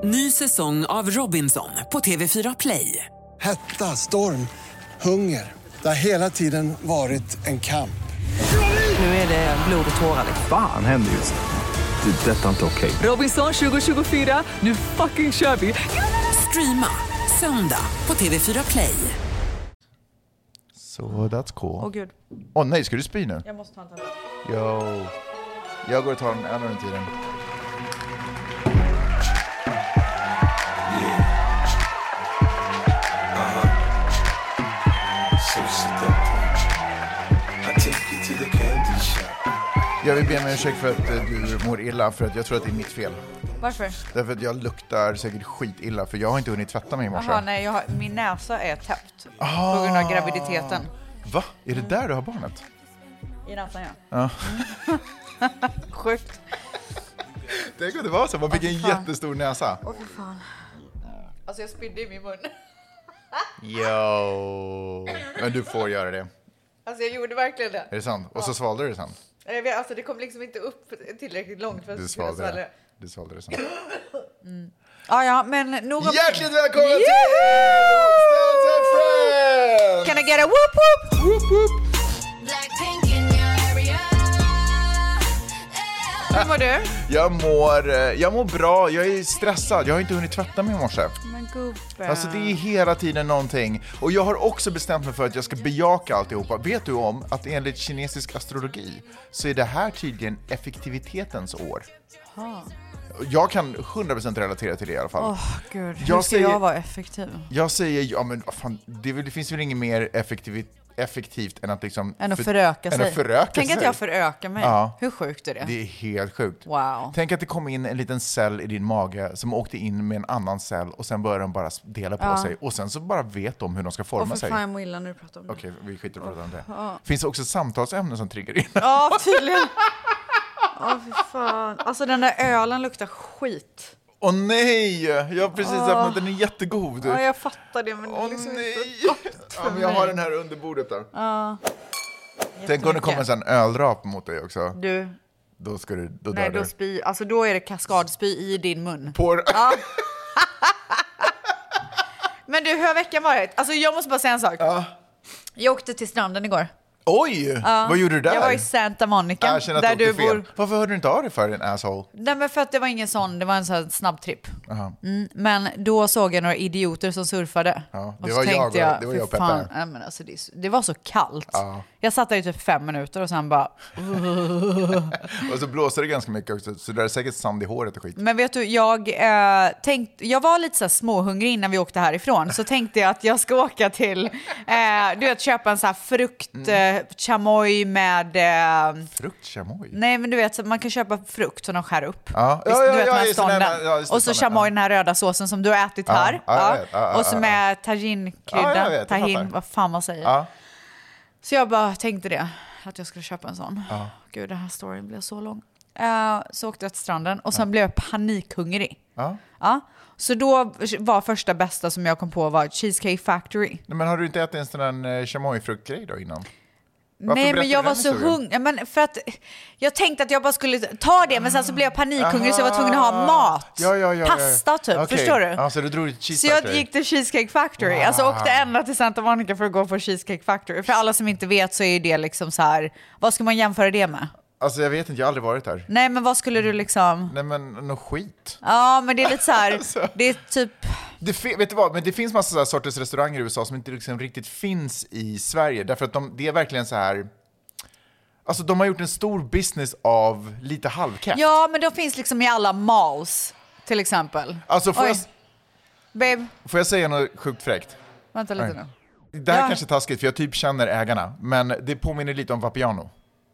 Ny säsong av Robinson på TV4 Play. Hetta, storm, hunger. Det har hela tiden varit en kamp. Nu är det blod och tårar. Fan händer just nu. Det. Detta är inte okej. Robinson 2024, nu fucking kör vi. Streama söndag på TV4 Play. So that's cool. Åh gud. Åh nej, ska du spy nu? Jag måste ta en tablett. Yo. Jag går och tar en annan tiden. Jag vill be om ursäkt för att du mår illa, för att jag tror att det är mitt fel. Varför? Därför att jag luktar säkert skitilla, för jag har inte hunnit tvätta mig i morse. Jaha, nej, min näsa är täppt på grund av graviditeten. Va? Är det där du har barnet? I näsan, Ja. Sjukt. Tänk att det var så, man fick en jättestor näsa. Åh för fan. Alltså jag spydde i min mun. Jo. Men du får göra det. Alltså jag gjorde verkligen det. Är det sant? Och så svalde du det sen? Alltså det kom liksom inte upp tillräckligt långt för att Du svalde det. Du svalde det sen. Ja, men nog om... Hjärtligt välkommen till Stans and Friends! Can I get a whoop whoop? Whoop whoop! Hur mår du? Jag mår bra, jag är stressad. Jag har inte hunnit tvätta mig i morse. Men gubbe. Alltså det är hela tiden någonting. Och jag har också bestämt mig för att jag ska bejaka alltihopa. Vet du om att enligt kinesisk astrologi så är det här tydligen effektivitetens år? Jag kan 100% relatera till det i alla fall. Gud, hur ska jag vara effektiv? Jag säger, ja men fan, det finns väl inget mer effektivt än att liksom... Än att föröka sig. Tänk sig. Att jag förökar mig. Ja. Hur sjukt är det? Det är helt sjukt. Wow. Tänk att det kom in en liten cell i din mage som åkte in med en annan cell och sen började de bara dela på sig. Och sen så bara vet de hur de ska forma sig. Fan, jag mår illa när du pratar om det. Okej, vi skiter och pratar om det. Finns det också samtalsämnen som triggar in? Ja, tydligen. Fy fan. Alltså den där ölen luktar skit. Åh nej! Jag har precis öppnat, den är jättegod. Ja, jag fattar det, men det är liksom inte gott för men jag har den här under bordet där. Tänk om det kommer en sån öldrap mot dig också. Du. Då ska du, då nej, dör då du. spy. Alltså då är det kaskadspy i din mun. Men du, hur har veckan varit? Alltså jag måste bara säga en sak. Jag åkte till stranden igår. Oj! Vad gjorde du där? Jag var i Santa Monica, där du bor. Varför hörde du inte av dig för en asshole? Nej, men för att det var ingen sån, det var en sån snabb tripp. Men då såg jag några idioter som surfade. Ja, och det så var tänkte jag och Peppe. Men alltså, det var så kallt. Jag satt där i typ 5 minuter och sen bara... Och så blåste det ganska mycket också, så det är säkert sand i håret och skit. Men vet du, jag var lite så här småhungrig innan vi åkte härifrån. Så tänkte jag att jag ska åka till, du vet, köpa en så här frukt chamoy med... Frukt chamoy? Nej, men du vet, så man kan köpa frukt som de skär upp. Ja, och så chamoy, den här röda såsen som du har ätit här. Och så med taginkrydda. Tahin, vad fan man säger. Så jag bara tänkte det, att jag skulle köpa en sån. Gud, den här storyn blev så lång. Så åkte jag till stranden och sen blev jag panikhungrig. Så då var första bästa som jag kom på var Cheesecake Factory. Men har du inte ätit en sån där chamoy-fruktgrej då innan? Nej, men jag var så hungrig. Men för att jag tänkte att jag bara skulle ta det, men sen så blev jag panikhungrig så jag var tvungen att ha mat. Pasta typ, okay. Förstår du? Ja, så du drog till Cheesecake Factory. Så jag gick till Cheesecake Factory. Alltså åkte ända till Santa Monica för att gå på Cheesecake Factory. För alla som inte vet så är det liksom så här, vad ska man jämföra det med? Alltså jag vet inte, jag har aldrig varit där. Nej, men vad skulle du liksom... Nej, men något skit. Ja, men det är lite så här, alltså, det är typ... Vet du vad, men det finns massa så här sorters restauranger i USA som inte liksom riktigt finns i Sverige. Därför att det är verkligen så här... Alltså de har gjort en stor business av lite halvkäft. Ja, men de finns liksom i alla malls, till exempel. Alltså Babe. Får jag säga något sjukt fräckt? Vänta lite nu. Det här är kanske taskigt för jag typ känner ägarna. Men det påminner lite om Vapiano.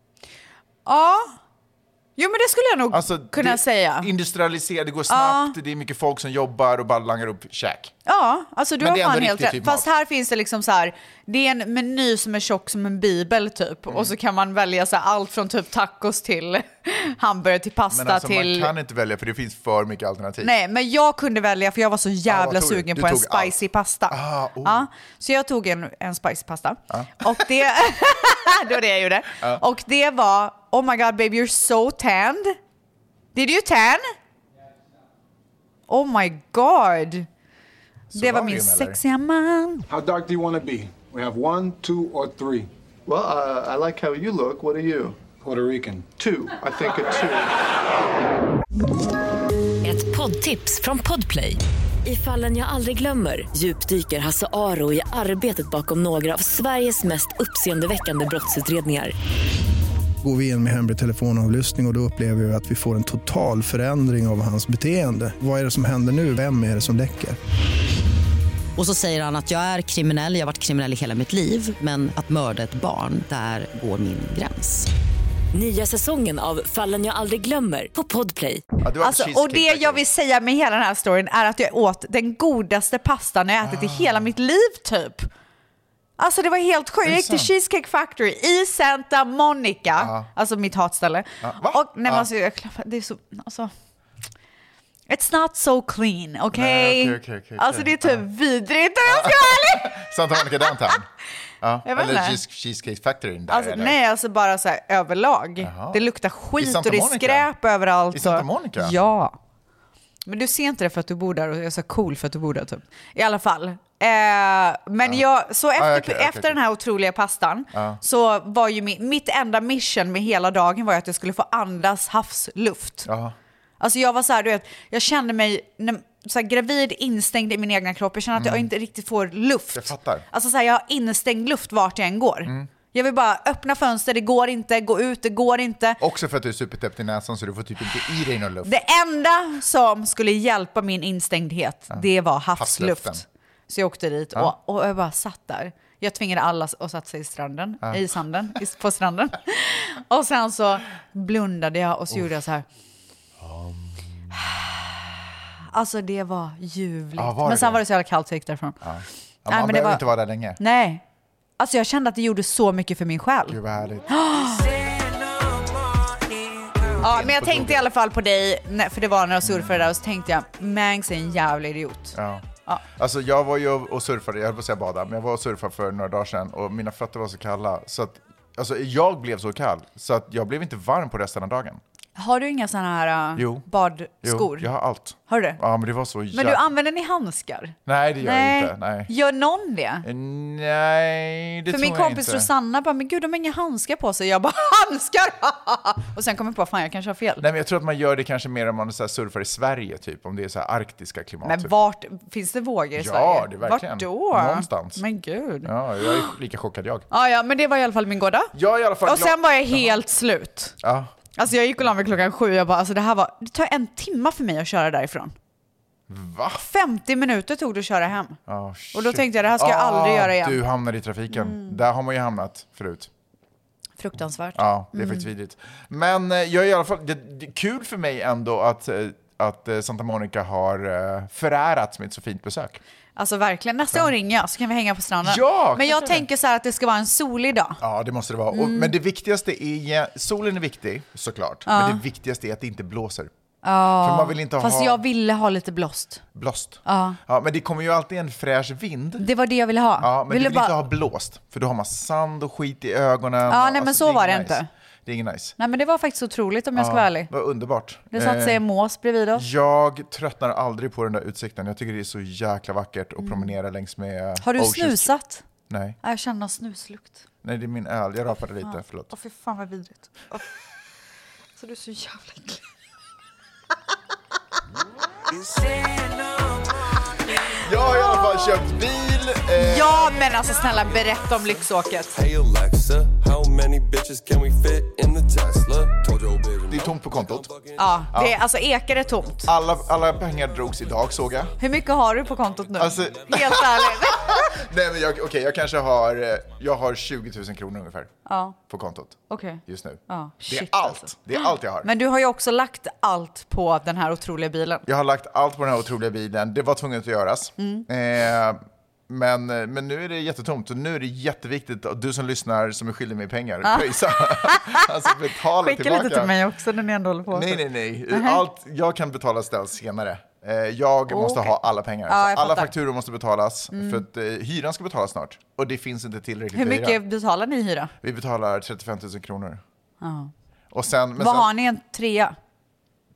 Ja. Jo, men det skulle jag nog kunna säga. Industrialiserat, det går snabbt, det är mycket folk som jobbar och bara langar upp käk. Ja, alltså du har fan helt rätt. Typ fast här finns det liksom så här, det är en meny som är tjock som en bibel typ. Och så kan man välja så här, allt från typ tacos till hamburgare till pasta. Men alltså, till... man kan inte välja för det finns för mycket alternativ. Nej, men jag kunde välja för jag var så jävla sugen på en spicy pasta. Så jag tog en spicy pasta. Och det... det var det jag gjorde. Och det var, oh my god baby, you're so tanned. Did you tan? Oh my god. Det var min sexiga man. How dark do you want to be? We have 1, 2 or 3. Well, I like how you look. What are you? Puerto Rican. 2. I think a 2. Ett poddtips från Podplay. I Fallen jag aldrig glömmer djupdyker Hasse Aro i arbetet bakom några av Sveriges mest uppseendeväckande brottsutredningar. Går vi in med hemlig telefonavlyssning och då upplever vi att vi får en total förändring av hans beteende. Vad är det som händer nu? Vem är det som läcker? Och så säger han att jag är kriminell, jag har varit kriminell i hela mitt liv. Men att mörda ett barn, där går min gräns. Nya säsongen av Fallen jag aldrig glömmer på Podplay. Och det jag vill säga med hela den här storyn är att jag åt den godaste pastan jag ätit i hela mitt liv typ. Alltså det var helt sjukt. Jag gick till Cheesecake Factory i Santa Monica. Alltså mitt hatställe. Och nej, alltså, det är så... Alltså, it's not so clean, okay? Alltså det är typ vidrigt. Santa Monica downtown. Eller Cheesecake Factory där, alltså, nej, alltså bara så här överlag. Det luktar skit och det är skräp överallt. I Santa Monica? Ja. Men du ser inte det för att du bor där och jag är så cool för att du bor där typ. I alla fall. Men jag, så efter den här otroliga pastan så var ju mitt enda mission med hela dagen var att jag skulle få andas havsluft. Alltså jag var så här, du vet, jag kände mig så här, gravid, instängd i min egna kropp. Jag känner att jag inte riktigt får luft. Jag fattar. Alltså så här, jag har instängd luft vart jag än går. Jag vill bara öppna fönster, det går inte, gå ut, det går inte. Också för att du är supertäppt i näsan så du får typ inte i dig någon luft. Det enda som skulle hjälpa min instängdhet, det var havsluft. Så jag åkte dit och jag bara satt där. Jag tvingade alla att sätta sig i sanden, på stranden. Och sen så blundade jag och så gjorde jag så här. Alltså det var ljuvligt. Men sen var det så jävla kallt så jag gick därifrån. Man behöver inte vara där länge. Nej. Alltså jag kände att det gjorde så mycket för min själ. Gud vad härligt. Ja, men jag tänkte i alla fall på dig, för det var när jag surfade där och så tänkte jag, Mangs är en jävla idiot. Ja. Alltså jag var ju och surfade, jag höll på att säga bada, men jag var och surfade för några dagar sedan och mina fötter var så kalla så att, alltså jag blev så kall så att jag blev inte varm på resten av dagen. Har du inga såna här badskor? Jo, jag har allt. Har du? Ja, men det var så Men du använder ni handskar? Nej, det gör jag inte. Nej. Gör någon det? Nej, det för tror min kompis Rosanna bara, men gud, de har inga handskar på sig. Jag bara, handskar! Och sen kommer jag på, fan jag kanske har fel. Nej, men jag tror att man gör det kanske mer om man så här surfar i Sverige typ, om det är så här arktiska klimat. Men typ. Vart finns det vågor i Sverige? Ja, det är verkligen. Vart då? Någonstans. Men gud. Ja, jag är lika chockad jag. Ja, men det var i alla fall min gårda. Ja, i alla fall. Och sen var jag helt slut. Ja. Alltså jag gick och la mig 7:00. Jag bara, alltså det tar 1 timme för mig att köra därifrån. Va? 50 minuter tog det att köra hem. Shit. Och då tänkte jag, det här ska jag aldrig göra igen. Du hamnar i trafiken. Där har man ju hamnat förut. Fruktansvärt. Ja, det är faktiskt vidrigt. Men jag är i alla fall, det är kul för mig ändå att Santa Monica har förärats med ett så fint besök. Alltså verkligen, nästa gång ringer jag så kan vi hänga på stranden. Ja, men jag tänker så här att det ska vara en solig dag. Ja, det måste det vara. Men det viktigaste är, solen är viktig såklart, men det viktigaste är att det inte blåser. För man vill inte fast jag ville ha lite blåst. Ja, men det kommer ju alltid en fräsch vind. Det var det jag ville ha. Ja, men du vill inte ha blåst, för då har man sand och skit i ögonen. Ja, nej, men så var det inte. Det är inget nice. Nej, men det var faktiskt otroligt om jag ska vara ärlig. Det var underbart. Det satt sig en mås bredvid oss. Jag tröttnar aldrig på den där utsikten. Jag tycker det är så jäkla vackert att promenera längs med Har du snusat? Nej. Jag känner snuslukt. Nej, det är min öl. Jag rapade lite, förlåt. Fy fan vad vidrigt. Så du är så jävla äcklig. Jag har i alla fall köpt bil. Ja, men alltså snälla, berätta om lyxåket. Hey Alexa, how many bitches can we fit in the Tesla? Det är tomt på kontot. Ja, det är, alltså ekar är tomt. Alla pengar drogs idag, såg jag. Hur mycket har du på kontot nu? Alltså, helt ärligt. Nej, men jag kanske har 20 000 kronor ungefär på kontot just nu. Shit, det är allt. alltså. Det är allt jag har. Men du har ju också lagt allt på den här otroliga bilen. Jag har lagt allt på den här otroliga bilen. Det var tvunget att göras. Men nu är det jättetomt. Och nu är det jätteviktigt att du som lyssnar som är skyldig mig pengar, pröjsa. Alltså betala skicka tillbaka. Lite till mig också när ni ändå håller på. Nej. Allt jag kan betala ställs senare. Jag måste ha alla pengar. Så alla fakturor måste betalas. För att hyran ska betalas snart. Och det finns inte tillräckligt. Hur mycket betalar ni i hyra? Vi betalar 35 000 kronor. Och sen, vad har ni, en 3?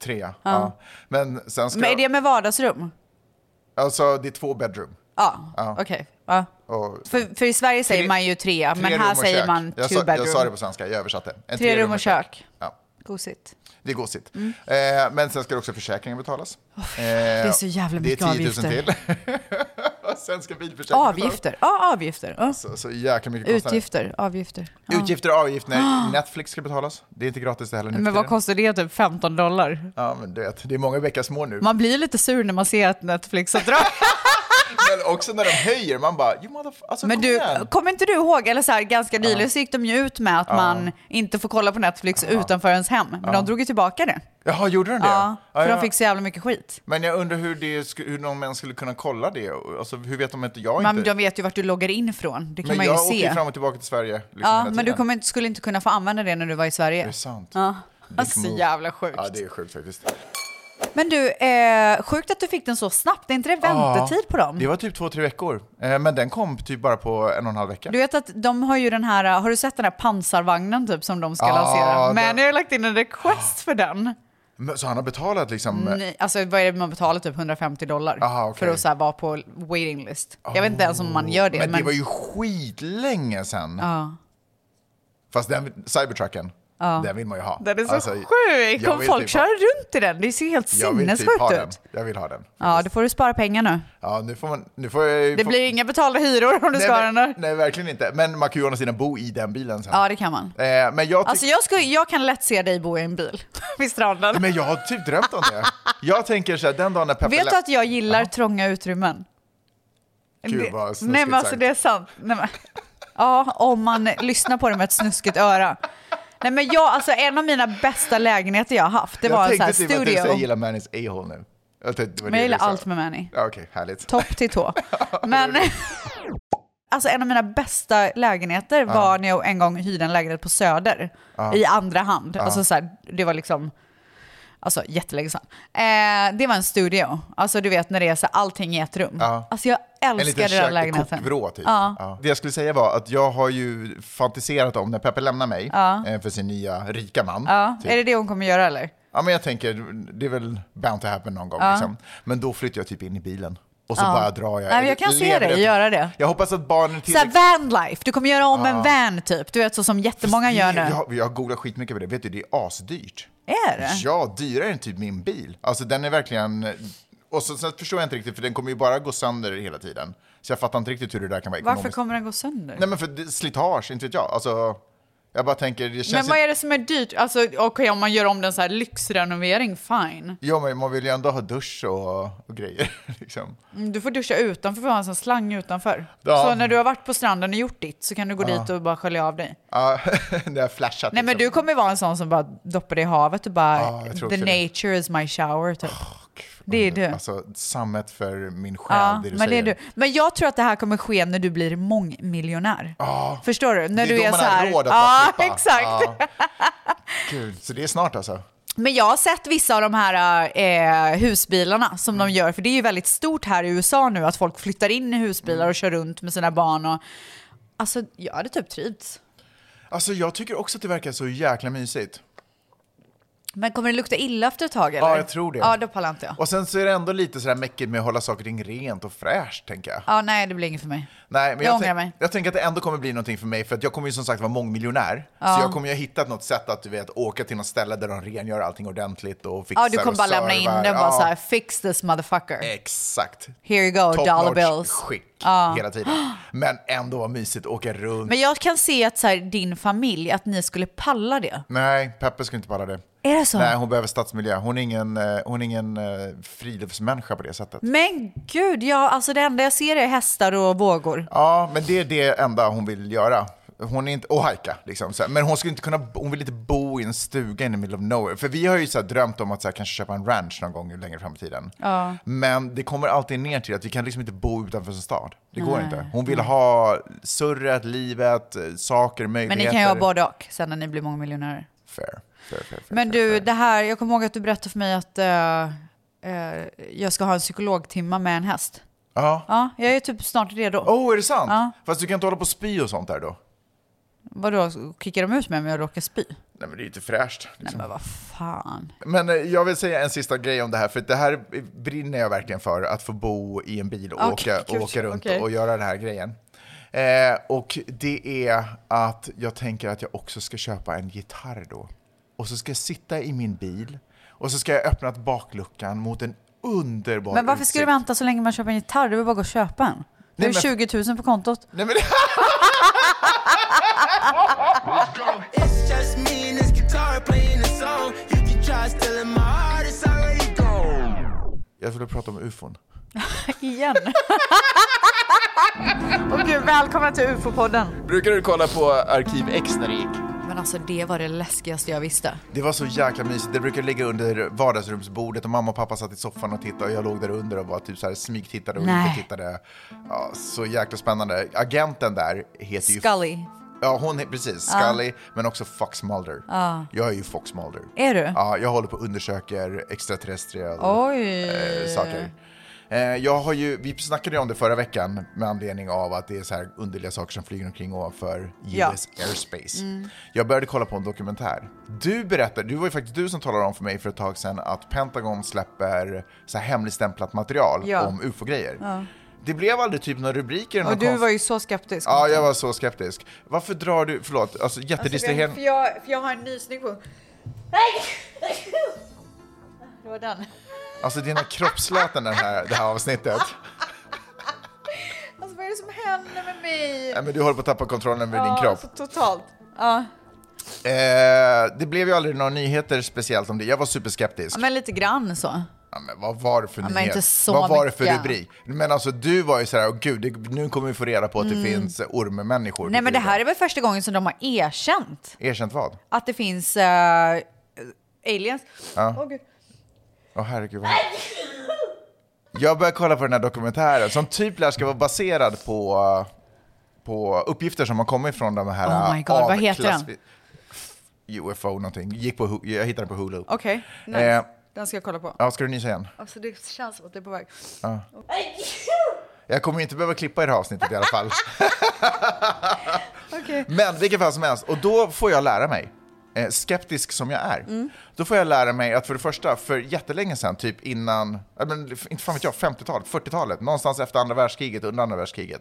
3, ja. Men sen ska... Men är det med vardagsrum? Alltså, det är 2 bedroom. Ja, okej. Ja. För i Sverige säger man ju 3, men här säger man 2 bedroom. Jag sa det på svenska, jag översatte. 3 rum och kök. Ja. Gosigt. Det är gosigt. Men sen ska också försäkringen betalas. Det är så jävla mycket avgifter. Det är 10 000 till. Sen ska bilförsäkringen avgifter. Ja, avgifter. Ja. Så jäkla mycket kostnader. Utgifter, avgifter. Ja. Utgifter och avgifter. Netflix ska betalas. Det är inte gratis det heller nu. Men vad kostar det? Typ $15? Ja, men du vet, det är många veckor små nu. Man blir lite sur när man ser att Netflix har dragit. Men också när de höjer, man bara, alltså, men kommer inte du ihåg, eller så här, ganska nyligen så gick de ju ut med att man inte får kolla på Netflix utanför ens hem. Men de drog ju tillbaka det. Jaha, gjorde de det? Ja, för de fick så jävla mycket skit. Men jag undrar hur någon män skulle kunna kolla det. Alltså, hur vet de inte? Men de vet ju vart du loggar in ifrån. Det kan man ju se. Men jag åker fram och tillbaka till Sverige. Ja, men du skulle inte kunna få använda det när du var i Sverige. Det är sant. Ja, alltså jävla sjukt. Ja, det är sjukt faktiskt. Men du, sjukt att du fick den så snabbt. Är inte det väntetid på dem? Det var typ 2-3 veckor. Men den kom typ bara på 1,5 vecka. Du vet att de har ju den här, har du sett den här pansarvagnen typ som de ska lansera? Men jag har lagt in en request för den. Så han har betalat liksom... Nej, alltså vad är det man betalar? Typ $150 för att så här, vara på waiting list. Jag vet inte ens om man gör det. Men det var ju skitlänge sedan. Fast den Cybertrucken, den vill man ju ha. Den är så sjuk. Om folk kör runt i den. Det ser helt sinnessjukt ut. Jag vill ha den. Ja, då får du spara pengar nu. Ja, nu får jag... Det blir inga betalda hyror om du ska ha den där. Nej, verkligen inte. Men man kan ju ordna sina bo i den bilen sen. Ja, det kan man. Men jag kan lätt se dig bo i en bil vid stranden. Men jag har typ drömt om det. Jag tänker så här, den dagen när Peppe... Vet du att jag gillar trånga utrymmen? Gud, vad snuskigt. Nej, men alltså det är sant. Nej, men... Ja, om man lyssnar på det med ett snuskigt öra. Nej, men alltså en av mina bästa lägenheter jag har haft, det var en sån här studio. Jag tänkte att jag gillar Mannys a-hole nu. Men jag gillar allt med Manny. Okej, härligt. Topp till tå. Men alltså en av mina bästa lägenheter var när jag en gång hyrde en lägenhet på Söder i andra hand. Alltså så här, det var liksom alltså jättelänge sedan. Det var en studio. Alltså du vet när det är så allting i ett rum. Alltså jag älskade den lägenheten. En liten kokvrå typ. Det jag skulle säga var att jag har ju fantiserat om när Peppe lämnar mig för sin nya rika man. Typ. Är det hon kommer göra eller? Ja, men jag tänker, det är väl bound to happen någon gång liksom. Men då flyttar jag typ in i bilen. Och så bara drar jag. Nej, jag kan se dig göra det. Jag hoppas att barnen till såhär vanlife. Du kommer göra om en van typ. Du vet så som jättemånga gör nu. Jag har googlat skitmycket på det. Vet du, det är asdyrt. Är det? Ja, dyrare än typ min bil. Alltså den är verkligen... Och så förstår jag inte riktigt, för den kommer ju bara gå sönder hela tiden. Så jag fattar inte riktigt hur det där kan vara ekonomiskt. Varför kommer den gå sönder? Nej, men för slitage, inte vet jag. Alltså... Jag bara tänker, det känns... Men vad är det som är dyrt? Alltså okej, om man gör om den så här lyxrenovering, fine. Ja, men man vill ju ändå ha dusch och grejer liksom. Du får duscha utanför, för att ha en sån slang utanför. Så när du har varit på stranden och gjort ditt så kan du gå dit och bara skölja av dig. Ja, det har flashat. Nej, men du kommer vara en sån som bara doppar dig i havet och bara the nature is my shower typ. Det är du. Alltså sammet för min själ, det du men säger. Det är du. Men jag tror att det här kommer ske när du blir mångmiljonär. Förstår du? När det är du är man så här. Har råd att exakt. Gud, så det är snart alltså. Men jag har sett vissa av de här husbilarna som de gör. För det är ju väldigt stort här i USA nu att folk flyttar in i husbilar och kör runt med sina barn. Och... Alltså, jag hade typ trivts. Alltså, jag tycker också att det verkar så jäkla mysigt. Men kommer det lukta illa efter ett tag eller? Ja, jag tror det. Ja, då pallar inte jag. Och sen så är det ändå lite sådär mäckigt med att hålla saker och ting rent och fräscht, tänker jag. Ja, nej, det blir inget för mig. Nej, men jag tänker att det ändå kommer bli någonting för mig, för att jag kommer ju som sagt vara mångmiljonär. Så jag kommer ju ha hittat något sätt att, du vet, åka till något ställe där de rengör allting ordentligt och fixar. Ja, du kommer bara lämna in den och bara så här, fix this motherfucker. Exakt. Here you go, top dollar bills. Skick hela tiden. Men ändå var mysigt att åka runt. Men jag kan se att så här, din familj, att ni skulle palla det. Nej, Peppe skulle inte palla det. Är det så? Nej, hon behöver stadsmiljö. Hon är ingen friluftsmänniska på det sättet. Men gud, alltså det enda jag ser är hästar och vågor. Ja, men det är det enda hon vill göra. Hon är inte, och hajka liksom. Men hon skulle inte kunna, hon vill inte bo i en stuga in the middle of nowhere. För vi har ju så här drömt om att så här, kanske köpa en ranch någon gång längre fram i tiden. Men det kommer alltid ner till att vi kan liksom inte bo utanför sin stad. Det går inte. Hon vill ha surret, livet, saker, möjligheter. Men ni kan ju ha både och sen när ni blir mångmiljonärer. Fair. Men du, det här, jag kommer ihåg att du berättade för mig att jag ska ha en psykologtimma med en häst. Ja, jag är typ snart redo. Är det sant? Fast du kan inte hålla på spy och sånt där då? Vadå, kickar de ut med om jag råkar spy? Nej, men det är inte fräscht. Liksom. Nej, men vad fan. Men jag vill säga en sista grej om det här, för det här brinner jag verkligen för, att få bo i en bil och åka runt och göra den här grejen. Och det är att jag tänker att jag också ska köpa en gitarr då. Och så ska jag sitta i min bil och så ska jag öppna bakluckan mot en underbar Men varför ska du vänta så länge man köper en gitarr? Du vill bara gå och köpa en. Du har 20 000 på kontot. Nej, men jag vill prata om UFOn. Igen. Och gud, välkomna till UFO-podden. Brukar du kolla på Arkiv X när det gick? Men alltså, det var det läskigaste jag visste. Det var så jäkla mysigt. Det brukar ligga under vardagsrumsbordet och mamma och pappa satt i soffan och tittade och jag låg där under och var typ så här smygtittade och inte tittade. Ja, så jäkla spännande. Agenten där heter ju Scully. Ja, hon är precis Scully, men också Fox Mulder. Jag är ju Fox Mulder. Är du? Ja, jag håller på och undersöker extraterrestriella saker. Vi snackade ju om det förra veckan med anledning av att det är så här underliga saker som flyger omkring ovanför US airspace. Jag började kolla på en dokumentär. Det var ju faktiskt du som talade om för mig för ett tag sedan att Pentagon släpper så här hemligstämplat material om UFO-grejer. Ja. Det blev aldrig typ några rubriker. Och du var ju så skeptisk. Ja, jag var så skeptisk. Varför drar du, alltså jättedistraherande. För jag har en nysning på. Nej! Det var den. Alltså dina kroppsläten det här avsnittet. Alltså vad är det som händer med mig? Nej, men du håller på att tappa kontrollen över din kropp. Alltså, totalt. Ja. Det blev ju aldrig några nyheter speciellt om det. Jag var superskeptisk. Ja, men lite grann så. Ja, men vad var det för nyhet? Inte så vad var det mycket. för rubrik? Men alltså du var ju så här, gud, nu kommer vi få reda på att det finns ormmänniskor. Nej, men det här är väl första gången som de har erkänt. Erkänt vad? Att det finns aliens. Ja. Åh, gud. Herregud. Vad... Jag började kolla på den här dokumentären som typ ska vara baserad på uppgifter som har kommit från de här oh my God, vad heter den? UFO någonting. Jag hittade den på Hulu. Okej, nice. Den ska jag kolla på. Ja, ska du nysa igen? Alltså det känns som att det är på väg. Ja. Jag kommer inte behöva klippa i det här avsnittet i alla fall. Okay. Men vilket fall som helst. Och då får jag lära mig, skeptisk som jag är, då får jag lära mig att för det första, för jättelänge sedan, typ innan, inte fan vet jag, 50-talet, 40-talet, någonstans efter andra världskriget, under andra världskriget,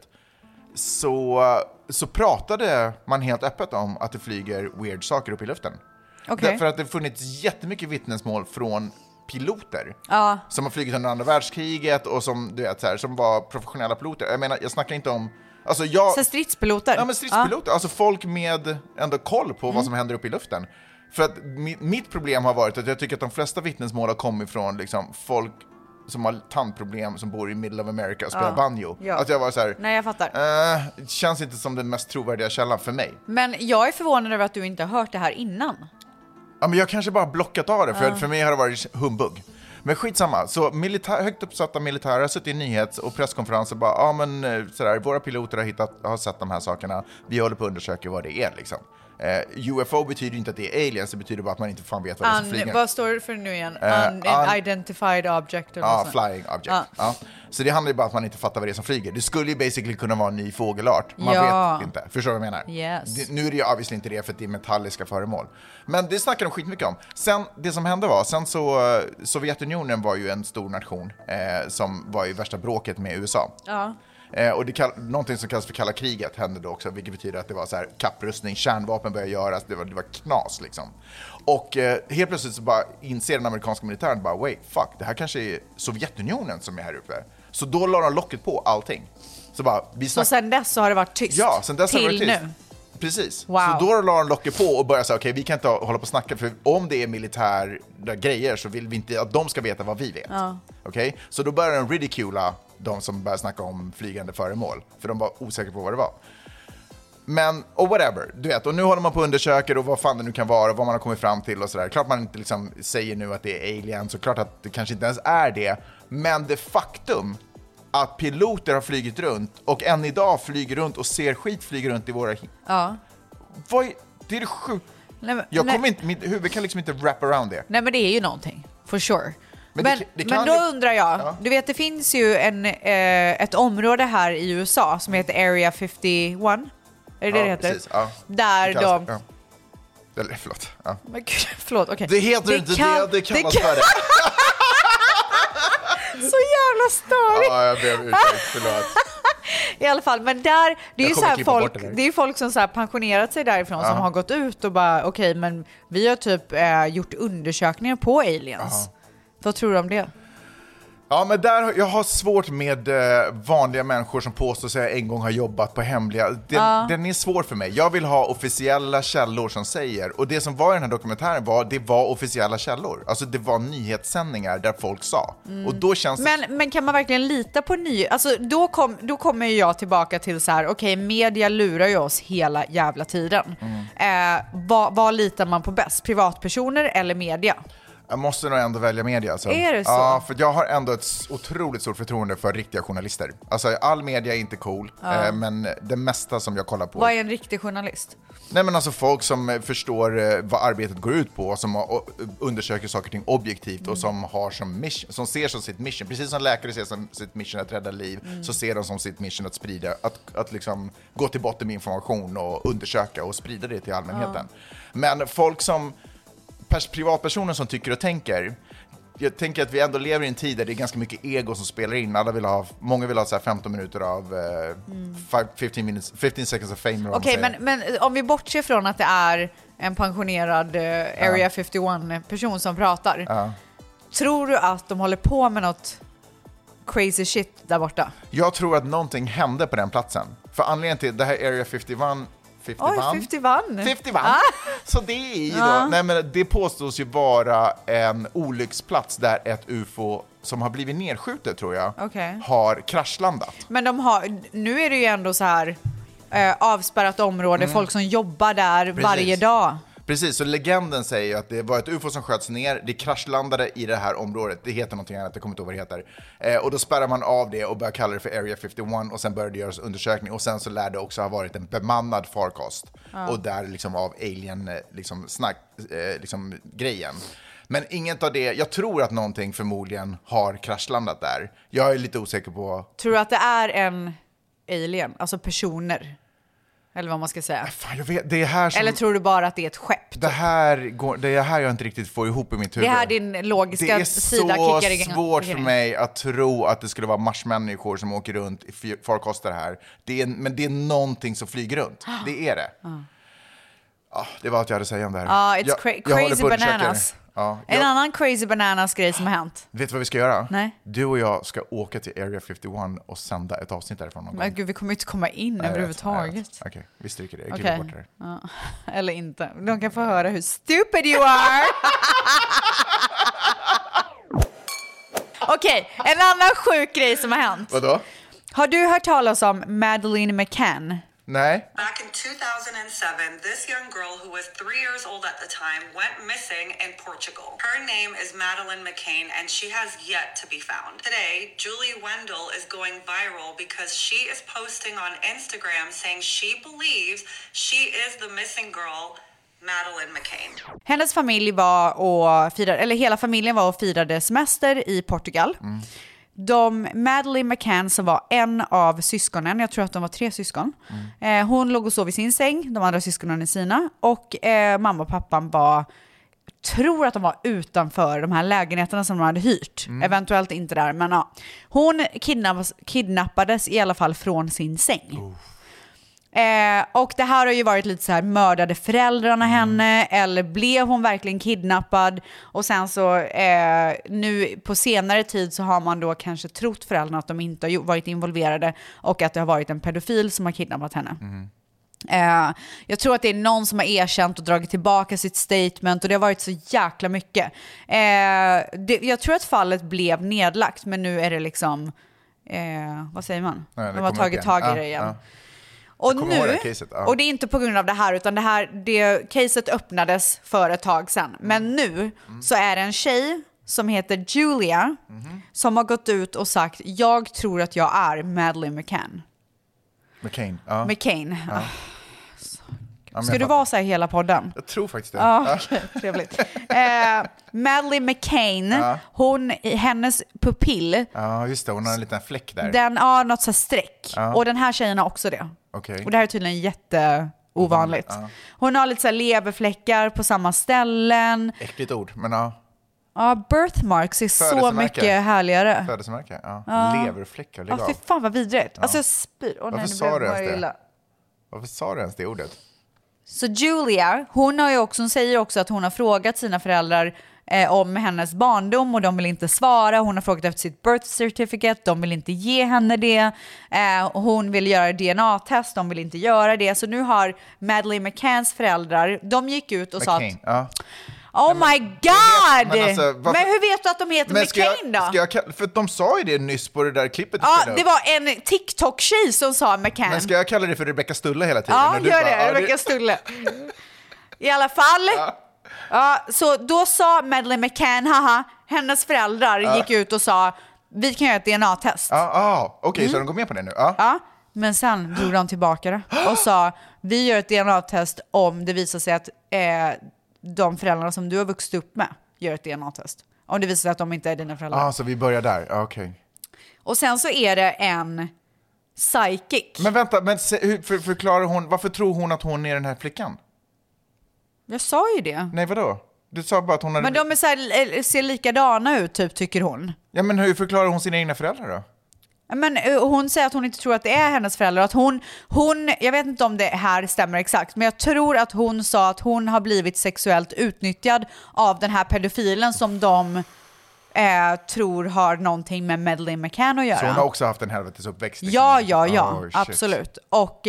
så pratade man helt öppet om att det flyger weird saker upp i luften. Okay. Därför att det funnits jättemycket vittnesmål från piloter som har flugit under andra världskriget och som, du vet, så här, som var professionella piloter. Jag menar, jag snackar inte om... Alltså så stridspiloter? Ja, men stridspiloter. Alltså folk med ändå koll på vad som händer uppe i luften. För att mitt problem har varit att jag tycker att de flesta vittnesmål har kommit från liksom, folk som har tandproblem, som bor i middle of America och spelar banjo. Ja. Att jag var så här, nej, jag fattar. Känns inte som den mest trovärdiga källan för mig. Men jag är förvånad över att du inte har hört det här innan. Ja, men jag kanske bara blockat av det, för mig har det varit humbug. Men skitsamma, så högt uppsatta militärer har suttit i nyhets- och presskonferenser bara, sådär, våra piloter har sett de här sakerna, vi håller på att undersöka vad det är liksom. UFO betyder inte att det är aliens, det betyder bara att man inte fan vet vad det är som flyger. Vad står det för nu igen? Unidentified object? Ja, flying object. Ja. Så det handlar ju bara om att man inte fattar vad det är som flyger. Det skulle ju basically kunna vara en ny fågelart. Man vet inte. Förstår du vad jag menar? Yes. Nu är det ju obviously inte det, för att det är metalliska föremål. Men det snackar de skitmycket om. Sen, det som hände var, Sovjetunionen var ju en stor nation som var i värsta bråket med USA. Ja. Och någonting som kallas för kalla kriget hände då också, vilket betyder att det var så här kapprustning, kärnvapen började göras, det var knas liksom. Och helt plötsligt så bara inser den amerikanska militären bara, wait, fuck, det här kanske är Sovjetunionen som är här uppe. Så då la de locket på allting. Så sen dess så har det varit tyst? Ja, sen dess har det varit tyst. Nu? Precis. Wow. Så då la de locket på och började säga, okej, vi kan inte hålla på och snacka, för om det är militära grejer så vill vi inte att de ska veta vad vi vet. Ja. Okej? Så då började de ridicula de som började snacka om flygande föremål, för de var osäkra på vad det var. Men, och whatever, du vet, och nu håller man på att undersöka och vad fan det nu kan vara, vad man har kommit fram till och sådär. Klart man inte liksom säger nu att det är aliens, så klart att det kanske inte ens är det, men det faktum att piloter har flygit runt och än idag flyger runt och ser skit flyger runt i våra... Ja. Det är det sjukt. Mitt huvud kan liksom inte wrap around det. Nej, men det är ju någonting, for sure. Men då undrar jag, du vet, det finns ju ett område här i USA som heter Area 51. Är det heter? Precis, ja. Där de... Ja. Eller, förlåt. Ja. Men gud, förlåt, okej. Det heter inte det kallas för det. Så jävla störigt. Ja, jag ber om ursäkt, förlåt. I alla fall, men där, det är ju så här folk, det är folk som så här pensionerat sig därifrån som har gått ut och bara okej, men vi har typ gjort undersökningar på aliens. Vad tror du om det? Ja, men jag har svårt med vanliga människor som påstår sig en gång har jobbat på hemliga. Den är svår för mig. Jag vill ha officiella källor som säger. Och det som var i den här dokumentären var officiella källor. Alltså det var nyhetssändningar där folk sa. Och då känns men kan man verkligen lita på alltså då kommer jag tillbaka till så här, okej, media lurar ju oss hela jävla tiden. Vad litar man på bäst? Privatpersoner eller media? Jag måste nog ändå välja media. Alltså. Är det så? Ja, för jag har ändå ett otroligt stort förtroende för riktiga journalister. Alltså all media är inte cool, men det mesta som jag kollar på... Vad är en riktig journalist? Nej, men alltså folk som förstår vad arbetet går ut på, som undersöker saker och ting objektivt och som har som mission, som ser som sitt mission, precis som läkare ser som sitt mission att rädda liv, så ser de som sitt mission att sprida, att liksom gå till botten med information och undersöka och sprida det till allmänheten. Men folk som privatpersoner som tycker och tänker, jag tänker att vi ändå lever i en tid där det är ganska mycket ego som spelar in. Många vill ha så här 15 minuter av 15 seconds of fame. Okej, men om vi bortser från att det är en pensionerad Area 51-person som pratar. Tror du att de håller på med något crazy shit där borta? Jag tror att någonting hände på den platsen. För anledningen till det här Area 51 Så det är ju då, nej men det påstås ju vara en olycksplats där ett UFO som har blivit nedskjutet, tror jag, har kraschlandat. Men nu är det ju ändå så här avspärrat område, folk som jobbar där varje dag. Precis, så legenden säger ju att det var ett UFO som sköts ner, det kraschlandade i det här området, det heter någonting annat, jag kommer inte ihåg vad det heter. Och då spärrar man av det och börjar kalla det för Area 51 och sen började det göras undersökning och sen så lär det också ha varit en bemannad farkost och där liksom av alien liksom grejen. Men inget av det, jag tror att någonting förmodligen har kraschlandat där. Jag är lite osäker på... Tror du att det är en alien, alltså personer? Eller vad man ska säga. Fan, jag vet, det är här som... Eller tror du bara att det är ett skepp? Det är här jag inte riktigt får ihop i mitt huvud. Det här din logiska sida kickar igång. Det är så svårt för mig att tro att det skulle vara marsmänniskor som åker runt i farkoster här. Men det är någonting som flyger runt. Det är det. Det var allt jag hade att säga om det här. It's crazy bananas. En annan crazy bananas grej som har hänt. Vet du vad vi ska göra? Nej. Du och jag ska åka till Area 51 och sända ett avsnitt därifrån någon gång. Men gud, vi kommer inte komma in överhuvudtaget. Okej, vi stryker det. Jag kliver bort det. Eller inte. De kan få höra hur stupid you are. Okej, en annan sjuk grej som har hänt. Vadå? Har du hört talas om Madeleine McCann? Nej. Back in 2007, this young girl who was 3 years old at the time went missing in Portugal. Her name is Madeleine McCann and she has yet to be found. Today, Julie Wendell is going viral because she is posting on Instagram saying she believes she is the missing girl, Madeleine McCann. Hennes familj var och firade, eller hela familjen var och firade semester i Portugal. Madeleine McCann som var en av syskonen, jag tror att de var 3 syskon. Hon låg och sov i sin säng, de andra syskonen i sina. Och mamma och pappan tror att de var utanför de här lägenheterna som de hade hyrt. Eventuellt inte där, men ja. Hon kidnappades i alla fall från sin säng. Och det här har ju varit lite så här, mördade föräldrarna henne eller blev hon verkligen kidnappad? Och sen så nu på senare tid så har man då kanske trott föräldrarna att de inte har varit involverade och att det har varit en pedofil som har kidnappat henne. Jag tror att det är någon som har erkänt och dragit tillbaka sitt statement och det har varit så jäkla mycket. Jag tror att fallet blev nedlagt, men nu är det liksom vad säger man? De har tagit tag i det igen. Och nu, och det är inte på grund av det här, utan det caset öppnades för ett tag sedan. Men nu så är det en tjej som heter Julia som har gått ut och sagt, jag tror att jag är Madeleine McCann. McCain. McCain. Ska du vara så här hela podden? Jag tror faktiskt det. Ja, okay, trevligt. Madeleine McCann, hennes pupill. Ja, just det. Hon har en liten fläck där. Något så här streck. Och den här tjejen har också det. Okay. Och det här är tydligen jätteovanligt. Hon har lite så här leverfläckar på samma ställen. Äckligt ord, men ja. Ja, birthmarks är så mycket härligare. Födelsemärke, ja. Leverfläckar, lägg av. Fy fan vad vidrigt. Alltså jag spyr. Varför sa du ens det? Varför sa du ens det ordet? Så Julia, hon säger också att hon har frågat sina föräldrar om hennes barndom och de vill inte svara. Hon har frågat efter sitt birth certificate, de vill inte ge henne det. Hon vill göra DNA-test, de vill inte göra det. Så nu har Madeleine McCanns föräldrar, de gick ut och sa att... Oh my god! Men hur vet du att de heter McCain då? För de sa ju det nyss på det där klippet. Ja, det var en TikTok-tjej som sa McCann. Men ska jag kalla det för Rebecca Stulle hela tiden? Ja, gör det. Rebecca Stulle. I alla fall. Ja, så då sa Madeleine McCann, hennes föräldrar gick ut och sa vi kan göra ett DNA-test. Okej, så de går med på det nu? Ja, men sen drog de tillbaka det och sa vi gör ett DNA-test om det visar sig att de föräldrarna som du har vuxit upp med gör ett DNA-test. Om det visar sig att de inte är dina föräldrar. Så vi börjar där, okej. Och sen så är det en psychic. Men vänta, hur förklarar hon, varför tror hon att hon är den här flickan? Jag sa ju det. Nej, vadå? Du sa bara att hon... Men de är så här, ser likadana ut, typ, tycker hon. Ja, men hur förklarar hon sina egna föräldrar då? Men hon säger att hon inte tror att det är hennes föräldrar. Att hon, jag vet inte om det här stämmer exakt, men jag tror att hon sa att hon har blivit sexuellt utnyttjad av den här pedofilen som de tror har någonting med Madeleine McCann att göra. Så hon har också haft en helvetesuppväxt? Liksom. Ja, absolut. Och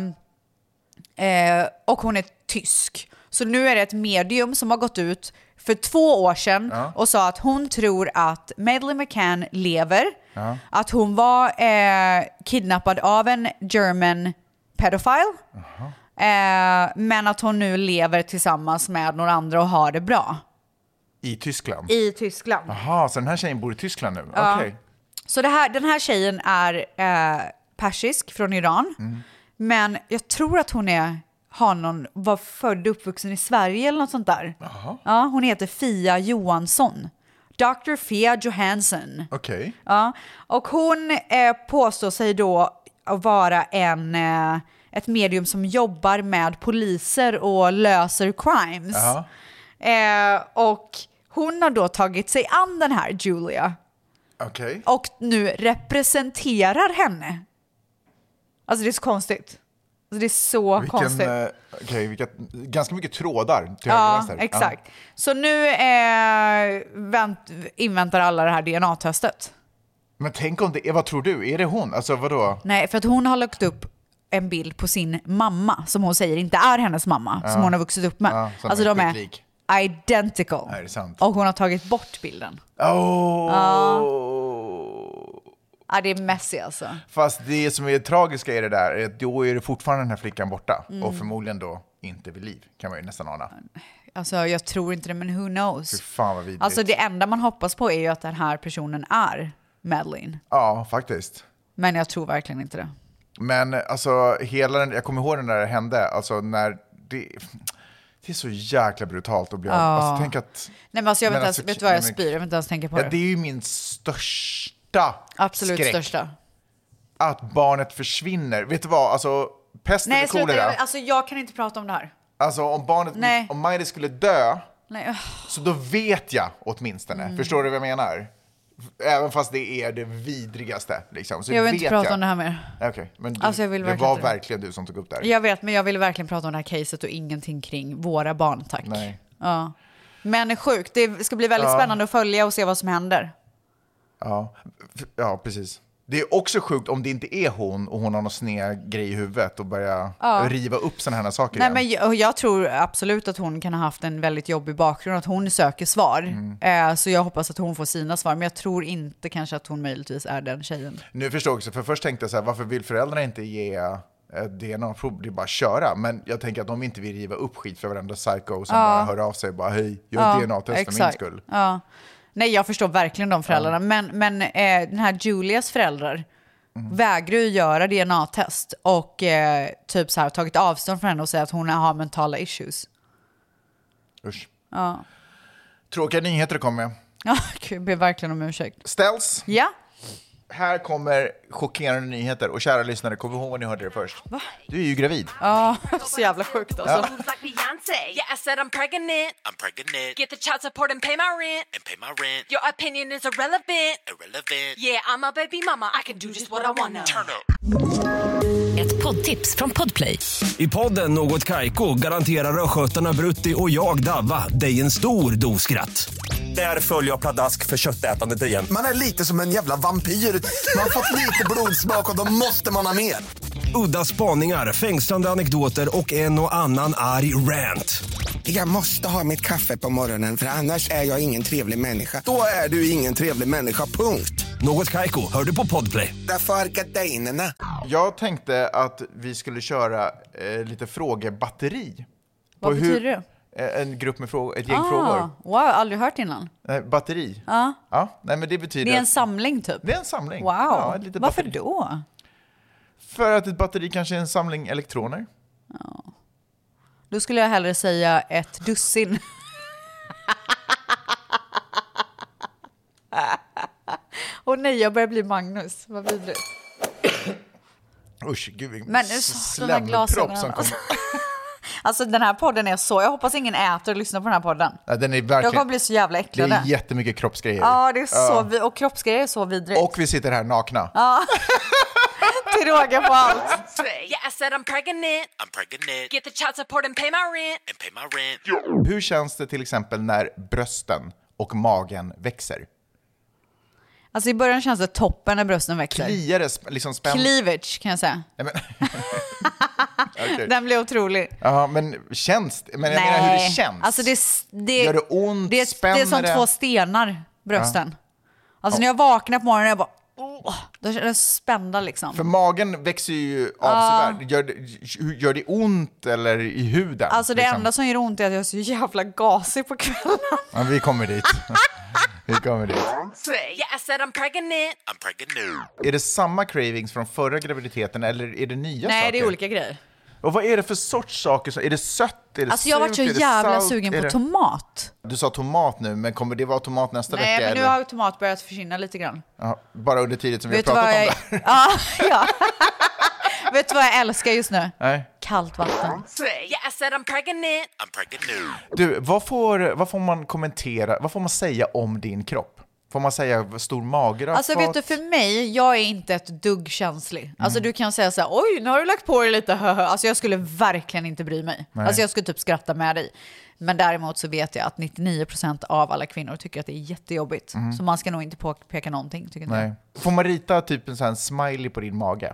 hon är tysk. Så nu är det ett medium som har gått ut för 2 år sedan och sa att hon tror att Madeleine McCann lever. Att hon var kidnappad av en German pedophile. Men att hon nu lever tillsammans med några andra och har det bra. I Tyskland? I Tyskland. Jaha, så den här tjejen bor i Tyskland nu? Ja. Okay. Så den här tjejen är persisk från Iran. Men jag tror att hon var född och uppvuxen i Sverige eller något sånt där. Ja, hon heter Fia Johansson. Dr. Fia Johansson. Okej. Ja, och hon påstår sig då att vara ett medium som jobbar med poliser och löser crimes. Och hon har då tagit sig an den här Julia. Okej. Och nu representerar henne. Alltså det är så konstigt. Alltså det är så konstigt. Vilka, ganska mycket trådar till höger och vänster. Exakt. Så nu inväntar alla det här DNA-testet. Men tänk om det är, vad tror du? Är det hon? Alltså vadå? Nej, för att hon har lagt upp en bild på sin mamma som hon säger inte är hennes mamma, som hon har vuxit upp med. Alltså de är identical. Nej, det är sant. Och hon har tagit bort bilden. Ja, det är messy alltså. Fast det som är tragiska i det där är att då är det fortfarande den här flickan borta. Och förmodligen då inte vid liv, kan man ju nästan ana. Alltså jag tror inte det, men who knows? Fy fan vad vidrigt. Alltså det enda man hoppas på är ju att den här personen är Madeleine. Ja, faktiskt. Men jag tror verkligen inte det. Men alltså jag kommer ihåg när det hände, alltså när det är så jäkla brutalt att bli alltså tänk att... Nej men alltså jag vet inte vad jag spyr, jag vet inte ens tänka på det. Det är ju min största absolut skräck. Största. Att barnet försvinner. Vet du vad, alltså pest eller kolera. Alltså jag kan inte prata om det här. Alltså om barnet, om Miley skulle dö, så då vet jag åtminstone. Förstår du vad jag menar? Även fast det är det vidrigaste liksom. Så jag vill inte prata om det här mer. Okej, men alltså det var verkligen du som tog upp det här. Jag vet, men jag vill verkligen prata om det här caset och ingenting kring våra barn, tack. Nej. Ja. Men sjukt, det ska bli väldigt spännande att följa och se vad som händer. Ja, precis. Det är också sjukt om det inte är hon och hon har någon sned grej i huvudet och börja riva upp sådana här saker. Nej, men jag tror absolut att hon kan ha haft en väldigt jobbig bakgrund, att hon söker svar. Så jag hoppas att hon får sina svar, men jag tror inte kanske att hon möjligtvis är den tjejen. Nu förstår jag också, för först tänkte jag så här, varför vill föräldrarna inte ge ett DNA-prov? Det är bara att köra. Men jag tänker att de inte vill riva upp skit för varenda psycho som bara hör av sig och bara hej, jag är DNA-test för min skull. Nej, jag förstår verkligen de föräldrarna. Men den här Julias föräldrar, vägrar ju göra DNA-test och typ så här tagit avstånd från henne och säger att hon har mentala issues. Usch. Ja. Tråkiga nyheter kommer med. Ja, jag ber verkligen om ursäkt. Ställs. Ja. Här kommer chockerande nyheter. Och kära lyssnare, kom ihåg vad ni hörde det först. Va? Du är ju gravid. Ja, så jävla sjukt alltså. Ja. Yeah, I said I'm pregnant. I'm pregnant. Get the child support and pay my rent. And pay my rent. Your opinion is irrelevant. Irrelevant. Yeah, I'm a baby mama. I can do just what I wanna. Turn up. Ett poddtips från Podplay. I podden Något Kaiko garanterar skötarna Brutti och jag Davva dig en stor doskratt. Där följer jag pladask för köttätandet igen. Man är lite som en jävla vampyr. Man har fått lite blodsmak och då måste man ha mer. Udda spaningar, fängslande anekdoter och en och annan arg rant. Jag måste ha mitt kaffe på morgonen för annars är jag ingen trevlig människa. Då är du ingen trevlig människa, punkt. Något Kaiko, hör du på Podplay. Därför är gardinerna. Jag tänkte att vi skulle köra lite frågebatteri. Vad betyder det? En grupp med frågor, ett gäng frågor. Wow, aldrig hört innan. Batteri. Ja. Ja, nej, men det betyder... Det är en samling typ? Det är en samling. Wow, ja, varför batteri. Då? För att ett batteri kanske är en samling elektroner. Ja. Då skulle jag hellre säga ett dussin. Och nej, jag börjar bli Magnus. Vad vidrigt. Usch, gud. Men de här glasögonen. Alltså den här podden är så... Jag hoppas ingen äter och lyssnar på den här podden. Ja, den är verkligen... Jag kommer bli så jävla äcklad. Det är jättemycket kroppsgrejer. Ja, det är så... Och kroppsgrejer är så vidrigt. Och vi sitter här nakna. Ja. Till råga på allt. Yeah, I said I'm pregnant. I'm pregnant. Get the child support and pay my rent. And pay my rent. Hur känns det till exempel när brösten och magen växer? Alltså i början känns det toppen när brösten växer. Kliar det liksom Cleavage kan jag säga. Nej, men... Okay. Den blir otrolig. Ja, men känns det? Men jag menar hur det känns. Alltså det gör det ont? Det är som två stenar, brösten. Ja. Alltså när jag vaknar på morgonen jag bara då känner jag spända liksom. För magen växer ju avsevärt. Gör det ont eller i huden? Alltså det liksom? enda som gör ont är att jag är så jävla gasig på kvällen. Ja, vi kommer dit. Vi kommer dit. Yeah, I said I'm pregnant. I'm pregnant. Är det samma cravings från förra graviditeten eller är det nya saker? Nej, det är olika grejer. Och vad är det för sorts saker? Är det sött? Är det alltså jag har varit så jävla sugen på tomat. Du sa tomat nu, men kommer det vara tomat nästa vecka? Nej, men eller? nu har tomat börjat försvinna lite grann. Ja, bara under tiden som vi har pratat om det. Ja. Vet du vad jag älskar just nu? Nej. Kallt vatten. Yeah, I said I'm pregnant. I'm pregnant. Du, vad får man kommentera? Vad får man säga om din kropp? Får man säga stor mage? Alltså vet du, för mig, jag är inte ett dugg känslig. Alltså du kan säga så här, oj, nu har du lagt på dig lite. Alltså jag skulle verkligen inte bry mig. Nej. Alltså jag skulle typ skratta med dig. Men däremot så vet jag att 99% av alla kvinnor tycker att det är jättejobbigt. Så man ska nog inte påpeka någonting, tycker Nej. inte. Får man rita typ en sån här smiley på din mage?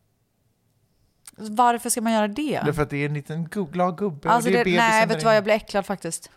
Varför ska man göra det? Det är för att det är en liten glad gubbe. Alltså och det är nej, vet du vad, jag blir äcklad faktiskt.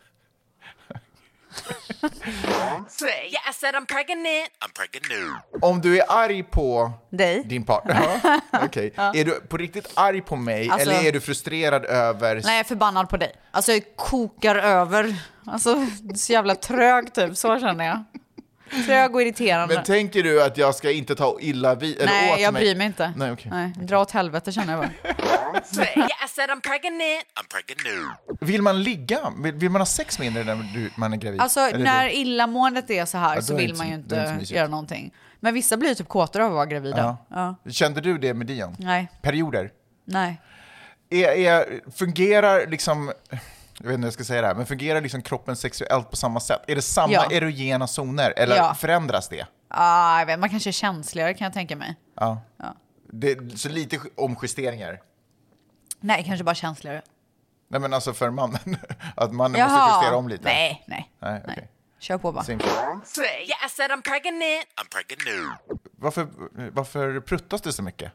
Yeah, I said I'm pregnant. I'm pregnant. Om du är arg på dig, din partner, okay. Är du på riktigt arg på mig alltså, eller är du frustrerad över... Nej, jag är förbannad på dig. Alltså jag kokar över. Alltså så jävla trög typ, så känner jag. Trög och irriterande. Men tänker du att jag ska inte ta illa vid eller nej, åt jag mig? bryr mig inte. Nej, okay. Nej, dra åt helvete känner jag bara. Yeah, I said I'm pregnant. I'm pregnant. Vill man ligga? Vill man ha sex mindre när man är gravid? Alltså eller när illamåendet är så här så vill man ju inte göra någonting. Men vissa blir typ kåtare av att vara gravida. Ja. Kände du det med Dion? Nej. Perioder? Nej. Fungerar liksom... Jag vet inte hur jag ska säga det här, men fungerar liksom kroppen sexuellt på samma sätt? Är det samma erogena zoner eller förändras det? Jag vet, man kanske är känsligare kan jag tänka mig. Ja. Det, så lite omjusteringar? Nej, kanske bara känsligare. Nej, men alltså för mannen. Att mannen måste justera om lite. Nej. Okay. Kör på bara. Yeah, I said I'm pregnant. I'm pregnant. Varför pruttas det så mycket?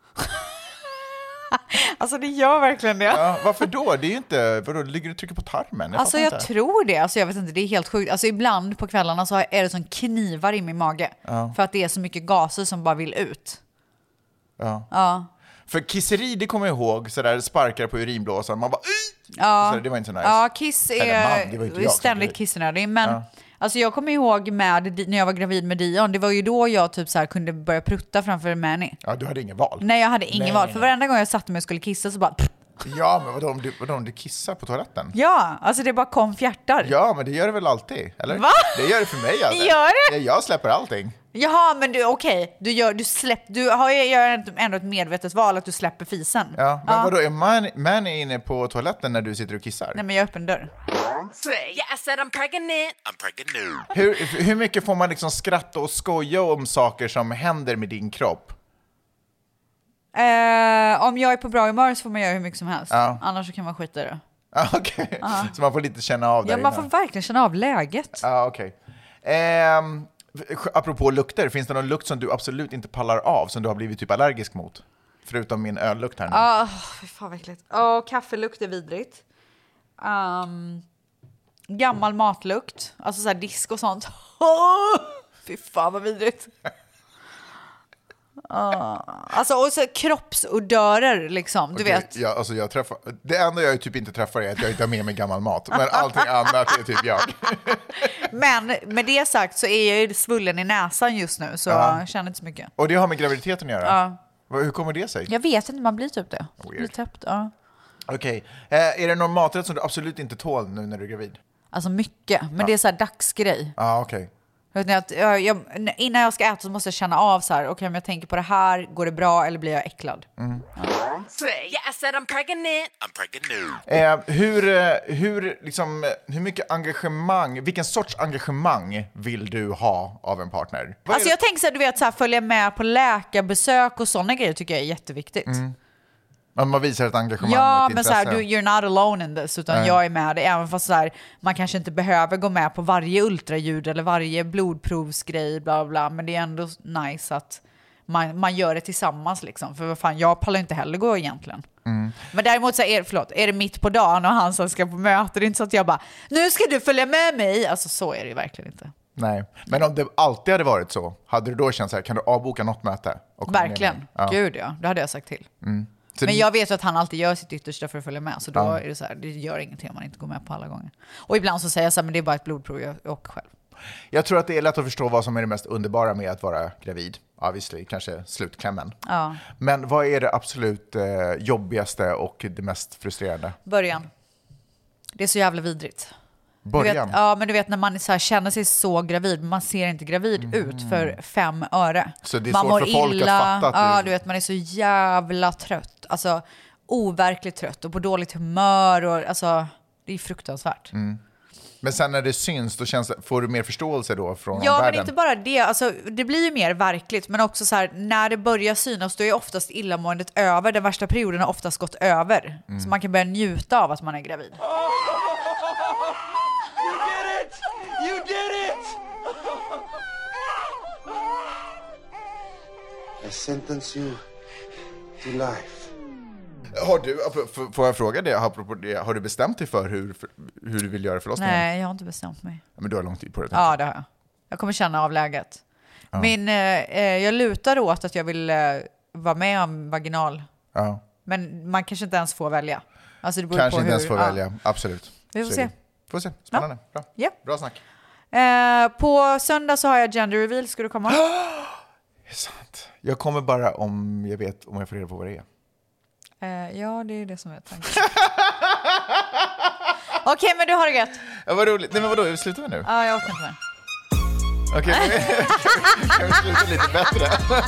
Alltså det gör verkligen det. Ja, varför då? Det är ju inte... Vadå, ligger du och trycker på tarmen? Alltså jag tror det. Alltså jag vet inte, det är helt sjukt. Alltså ibland på kvällarna så är det som knivar i min mage. Ja. För att det är så mycket gaser som bara vill ut. Ja. För kisseri, det kommer jag ihåg, sådär sparkar på urinblåsan. Man bara... Ja. Så det var inte så nice. Ja, kiss är ständigt kissnödig. Men Alltså jag kommer ihåg när jag var gravid med Dion, det var ju då jag typ så här kunde börja prutta framför Manny. Ja, du hade ingen val. Nej, jag hade ingen val. För varenda gång jag satte mig och skulle kissa så bara... Ja, men vadå om du kissar på toaletten? Ja, alltså det bara kom fjärtar. Ja, men det gör det väl alltid, eller? Va? Det gör det för mig alltid. Gör det? Jag släpper allting. Jaha, men okej. Du gör ändå ett medvetet val att du släpper fisen. Ja, men vadå, är man inne på toaletten när du sitter och kissar? Nej, men jag öppnar dörr. Yeah, I said I'm pregnant. Hur mycket får man liksom skratta och skoja om saker som händer med din kropp? Om jag är på bra humör så får man göra hur mycket som helst. Ja. Annars så kan man skita i det. Okej. Så man får lite känna av det. Ja, man får verkligen känna av läget. Ja, okej. Apropå lukter, finns det någon lukt som du absolut inte pallar av, som du har blivit typ allergisk mot? Förutom min öllukt här nu. Fy fan vad äckligt. Kaffelukt är vidrigt. Gammal matlukt. Alltså så här disk och sånt. Fy fan vad vidrigt. Alltså och så kroppsodörer liksom, du vet. Ja, alltså det enda jag typ inte träffar är att jag inte har med mig gammal mat. Men allting annat är typ jag. Men med det sagt så är jag ju svullen i näsan just nu. Så jag känner inte så mycket. Och det har med graviditeten att göra? Hur kommer det sig? Jag vet inte, man blir typ det. Blir täppt, Okej. Är det någon maträtt som du absolut inte tål nu när du är gravid? Alltså mycket, men det är så här dagsgrej. Okej. Innan jag ska äta så måste jag känna av så här, okej, om jag tänker på det här, går det bra eller blir jag äcklad? Yeah, I said I'm pregnant. Hur mycket engagemang, vilken sorts engagemang vill du ha av en partner? Alltså jag tänker så här, du vet, så här, följa med på läkarbesök och sådana grejer tycker jag är jätteviktigt. Man visar ett engagemang. Ja, men så här, you're not alone in this, utan jag är med det. Även fast så här, man kanske inte behöver gå med på varje ultraljud eller varje blodprovsgrej, bla bla, men det är ändå nice att man gör det tillsammans liksom. För vad fan, jag pallar inte heller gå egentligen. Men däremot så är det mitt på dagen och han som ska på möte, det är inte så att jag bara, nu ska du följa med mig. Alltså så är det ju verkligen inte. Nej, men om det alltid hade varit så, hade du då känt så här, kan du avboka något möte? Verkligen, gud ja, det hade jag sagt till. Men jag vet att han alltid gör sitt yttersta för att följa med. Så då är det så här, det gör ingenting om man inte går med på alla gånger. Och ibland så säger jag så här, men det är bara ett blodprov, jag åker själv. Jag tror att det är lätt att förstå vad som är det mest underbara med att vara gravid. Obviously, kanske slutklämmen. Ja. Men vad är det absolut jobbigaste och det mest frustrerande? Början. Det är så jävla vidrigt. Början? Men du vet när man så här, känner sig så gravid, man ser inte gravid ut för 5 öre. Så det är man svårt för folk att fatta att du vet, man är så jävla trött. Alltså overkligt trött och på dåligt humör och alltså det är fruktansvärt. Men sen när det syns, då får du mer förståelse då från Ja, världen. Men inte bara det. Alltså, det blir ju mer verkligt, men också så här, när det börjar synas, då är oftast illamåendet över. Den värsta perioden har oftast gått över. Så man kan börja njuta av att man är gravid. You did it! I sentence you to life. Har du, får jag fråga det, har du bestämt dig för hur du vill göra förlossningen? Nej, jag har inte bestämt mig. Men du har lång tid på det. Ja, det har jag. Jag kommer känna av läget. Jag lutar åt att jag vill vara med om vaginal. Ja. Men man kanske inte ens får välja. Alltså det beror kanske på inte ens får välja, absolut. Vi får se. Får se, spännande. Ja. Bra. Ja. Bra snack. På söndag så har jag gender reveal, ska du komma? Det är sant. Jag kommer bara om jag får reda på vad det är. Ja, det är det som är tanken. Okej, men du har det gött. Ja, vad roligt. Nej, men vadå, slutar vi nu? Ja, jag orkar inte med. Okej, kan vi sluta lite bättre?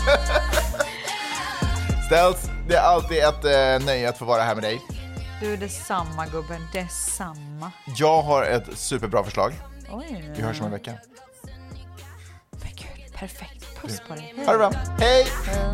Ställs, det är alltid ett nöje att få vara här med dig. Du är detsamma, gubben, detsamma. Jag har ett superbra förslag. Oj. Vi hörs om en vecka. Men gud, perfekt. Puss på dig. Ha det bra. Hej!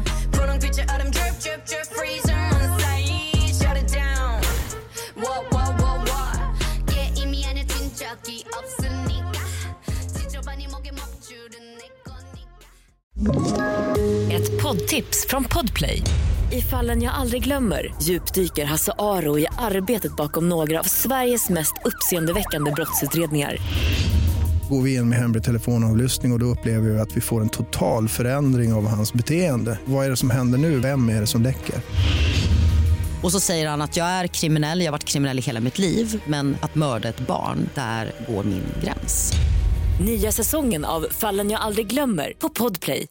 Ett poddtips från Podplay. I Fallen jag aldrig glömmer djupdyker Hasse Aro i arbetet bakom några av Sveriges mest uppseendeväckande brottsutredningar. Går vi in med hemlig telefonavlyssning och då upplever vi att vi får en total förändring av hans beteende. Vad är det som händer nu? Vem är det som läcker? Och så säger han att jag är kriminell, jag har varit kriminell i hela mitt liv. Men att mörda ett barn, där går min gräns. Nya säsongen av Fallen jag aldrig glömmer på Podplay.